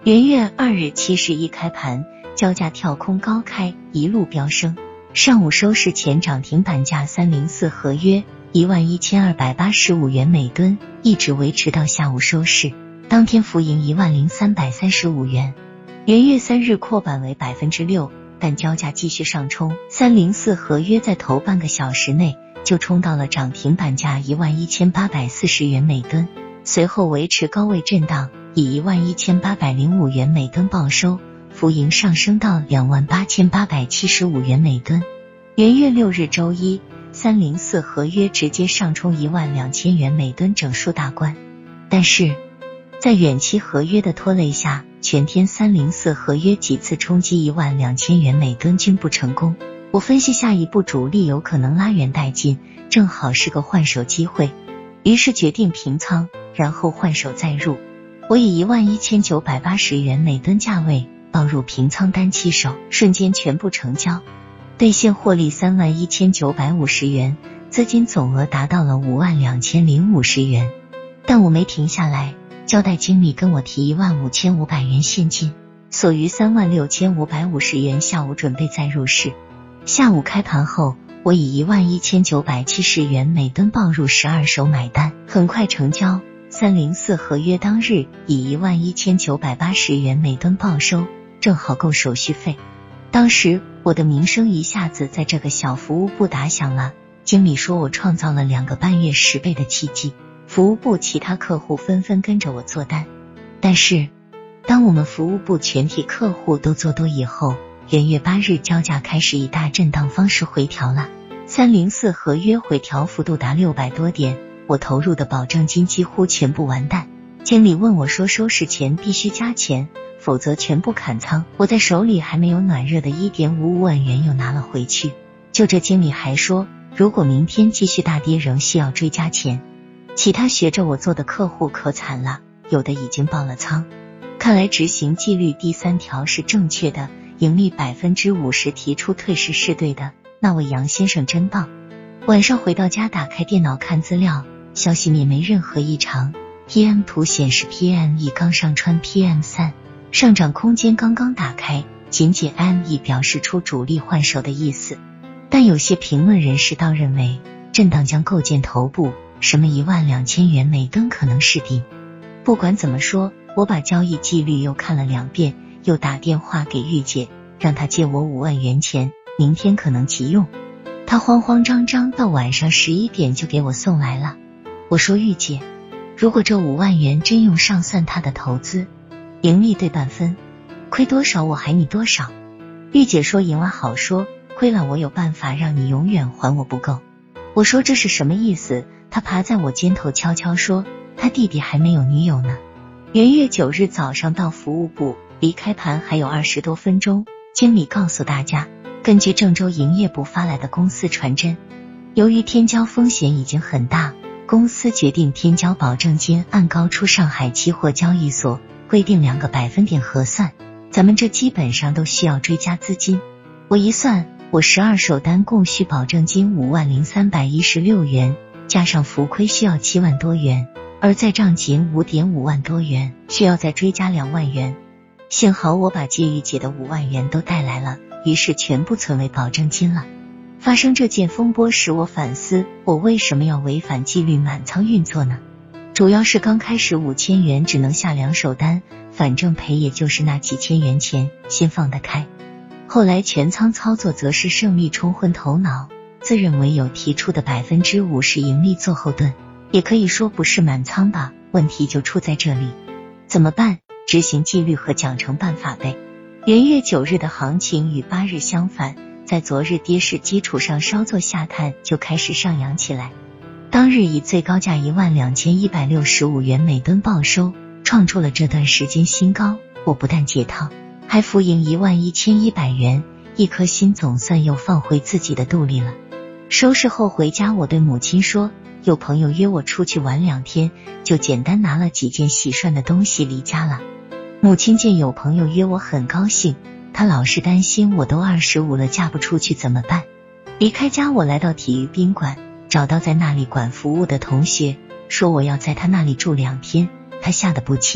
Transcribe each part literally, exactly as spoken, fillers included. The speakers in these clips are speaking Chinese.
元月二日七时一开盘，交价跳空高开，一路飙升。上午收市前涨停板价三零四合约一万一千二百八十五元每吨，一直维持到下午收市，当天浮盈一万零三百三十五元。元月三日扩板为 百分之六， 但交价继续上冲，三零四合约在头半个小时内就冲到了涨停板价一万一千八百四十元每吨，随后维持高位震荡，以一万一千八百零五元每吨报收，浮盈上升到两万八千八百七十五元每吨。元月六日周一，三零四合约直接上冲一万两千元每吨整数大关，但是在远期合约的拖累下，全天三零四合约几次冲击一万两千元每吨均不成功。我分析下一步主力有可能拉远带进，正好是个换手机会，于是决定平仓，然后换手再入。我以一万一千九百八十元每吨价位报入平仓单七手，瞬间全部成交，兑现获利三万一千九百五十元，资金总额达到了五万两千零五十元。但我没停下来，交代经理跟我提一万五千五百元现金，所余三万六千五百五十元下午准备再入市。下午开盘后，我以一万一千九百七十元每吨报入十二手买单，很快成交。三零四合约当日以一万一千九百八十元每吨报收，正好够手续费。当时我的名声一下子在这个小服务部打响了，经理说我创造了两个半月十倍的奇迹，服务部其他客户纷纷跟着我做单。但是当我们服务部全体客户都做多以后，元月八日交价开始以大震荡方式回调了，三零四合约回调幅度达六百多点，我投入的保证金几乎全部完蛋。经理问我说收市前必须加钱，否则全部砍仓。我在手里还没有暖热的 一点五五万元又拿了回去。就这经理还说，如果明天继续大跌仍需要追加钱。其他学着我做的客户可惨了，有的已经爆了仓。看来执行纪律第三条是正确的，盈利 百分之五十 提出退市是对的，那位杨先生真棒。晚上回到家打开电脑看资料，消息面没任何异常， P M 图显示 P M E 刚上穿 P M 三， 上涨空间刚刚打开，仅仅 M E 表示出主力换手的意思。但有些评论人士倒认为震荡将构建头部，什么一万两千元每吨可能是顶。不管怎么说，我把交易纪律又看了两遍，又打电话给玉姐，让她借我五万元钱，明天可能急用。她慌慌张张到晚上十一点就给我送来了。我说玉姐，如果这五万元真用上算她的投资，盈利对半分，亏多少我还你多少。玉姐说赢了好说，亏了我有办法让你永远还我不够。我说这是什么意思？她爬在我肩头悄悄说，他弟弟还没有女友呢。元月九日早上到服务部，离开盘还有二十多分钟，经理告诉大家，根据郑州营业部发来的公司传真，由于天骄风险已经很大，公司决定天骄保证金按高出上海期货交易所规定两个百分点核算，咱们这基本上都需要追加资金。我一算，我十二手单共需保证金五万零三百一十六元，加上浮亏需要七万多元，而在账仅 五点五万多元，需要再追加两万元。幸好我把借玉姐的五万元都带来了，于是全部存为保证金了。发生这件风波使我反思，我为什么要违反纪律满仓运作呢？主要是刚开始五千元只能下两手单，反正赔也就是那几千元钱，先放得开。后来全仓操作则是胜利冲昏头脑，自认为有提出的 百分之五十 盈利做后盾，也可以说不是满仓吧，问题就出在这里。怎么办？执行纪律和奖惩办法呗。元月九日的行情与八日相反，在昨日跌势基础上稍作下探，就开始上扬起来。当日以最高价一万两千一百六十五元每吨报收，创出了这段时间新高。我不但解套，还浮盈一万一千一百元，一颗心总算又放回自己的肚里了。收市后回家，我对母亲说，有朋友约我出去玩两天，就简单拿了几件洗涮的东西离家了。母亲见有朋友约我很高兴，她老是担心我都二十五了嫁不出去怎么办。离开家，我来到体育宾馆，找到在那里管服务的同学，说我要在他那里住两天。他吓得不轻，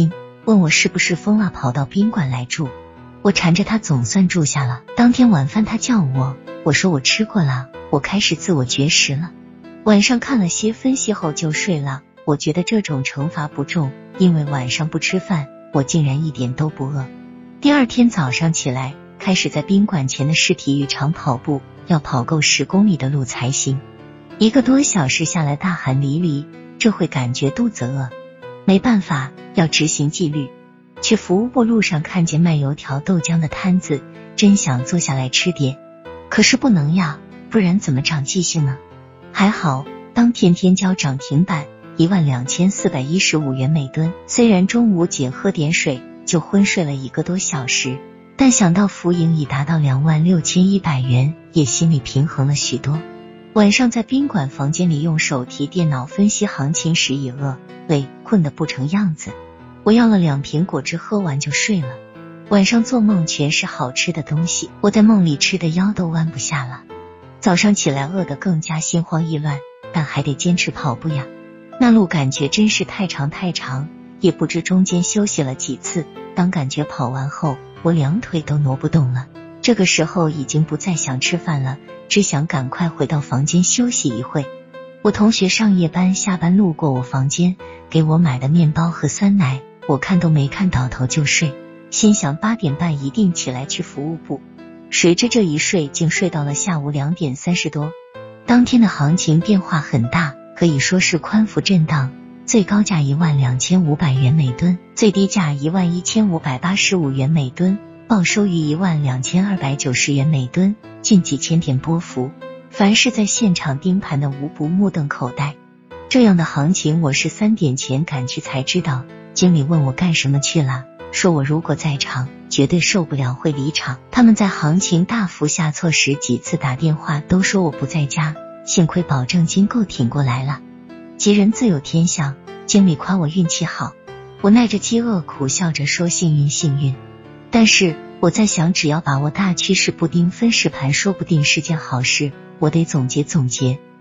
问我是不是疯了跑到宾馆来住。我缠着他总算住下了。当天晚饭他叫我，我说我吃过了，我开始自我绝食了。晚上看了些分析后就睡了。我觉得这种惩罚不重，因为晚上不吃饭，我竟然一点都不饿。第二天早上起来，开始在宾馆前的市体育场跑步，要跑够十公里的路才行。一个多小时下来大汗淋漓，这会感觉肚子饿。没办法，要执行纪律。去服务部路上看见卖油条豆浆的摊子，真想坐下来吃点，可是不能呀，不然怎么长记性呢？还好当天天交涨停板一万两千四百一十五元每吨，虽然中午仅喝点水就昏睡了一个多小时，但想到浮盈已达到两万六千一百元，也心里平衡了许多。晚上在宾馆房间里用手提电脑分析行情时已饿累困得不成样子，我要了两瓶果汁喝完就睡了。晚上做梦全是好吃的东西，我在梦里吃的腰都弯不下了。早上起来饿得更加心慌意乱，但还得坚持跑步呀。那路感觉真是太长太长，也不知中间休息了几次。当感觉跑完后，我两腿都挪不动了。这个时候已经不再想吃饭了，只想赶快回到房间休息一会。我同学上夜班下班路过我房间，给我买的面包和酸奶，我看都没看，倒头就睡，心想八点半一定起来去服务部。谁知这一睡竟睡到了下午两点三十多。当天的行情变化很大，可以说是宽幅震荡，最高价一万两千五百元每吨，最低价一万一千五百八十五元每吨，报收于一万两千二百九十元每吨，近几千点波幅。凡是在现场盯盘的无不目瞪口呆。这样的行情我是三点前赶去才知道，经理问我干什么去了，说我如果在场绝对受不了会离场。他们在行情大幅下挫时几次打电话都说我不在家，幸亏保证金够挺过来了。吉人自有天相，经理夸我运气好，我耐着饥饿苦笑着说幸运幸运。但是我在想，只要把握大趋势不盯分时盘，说不定是件好事。我得总结总结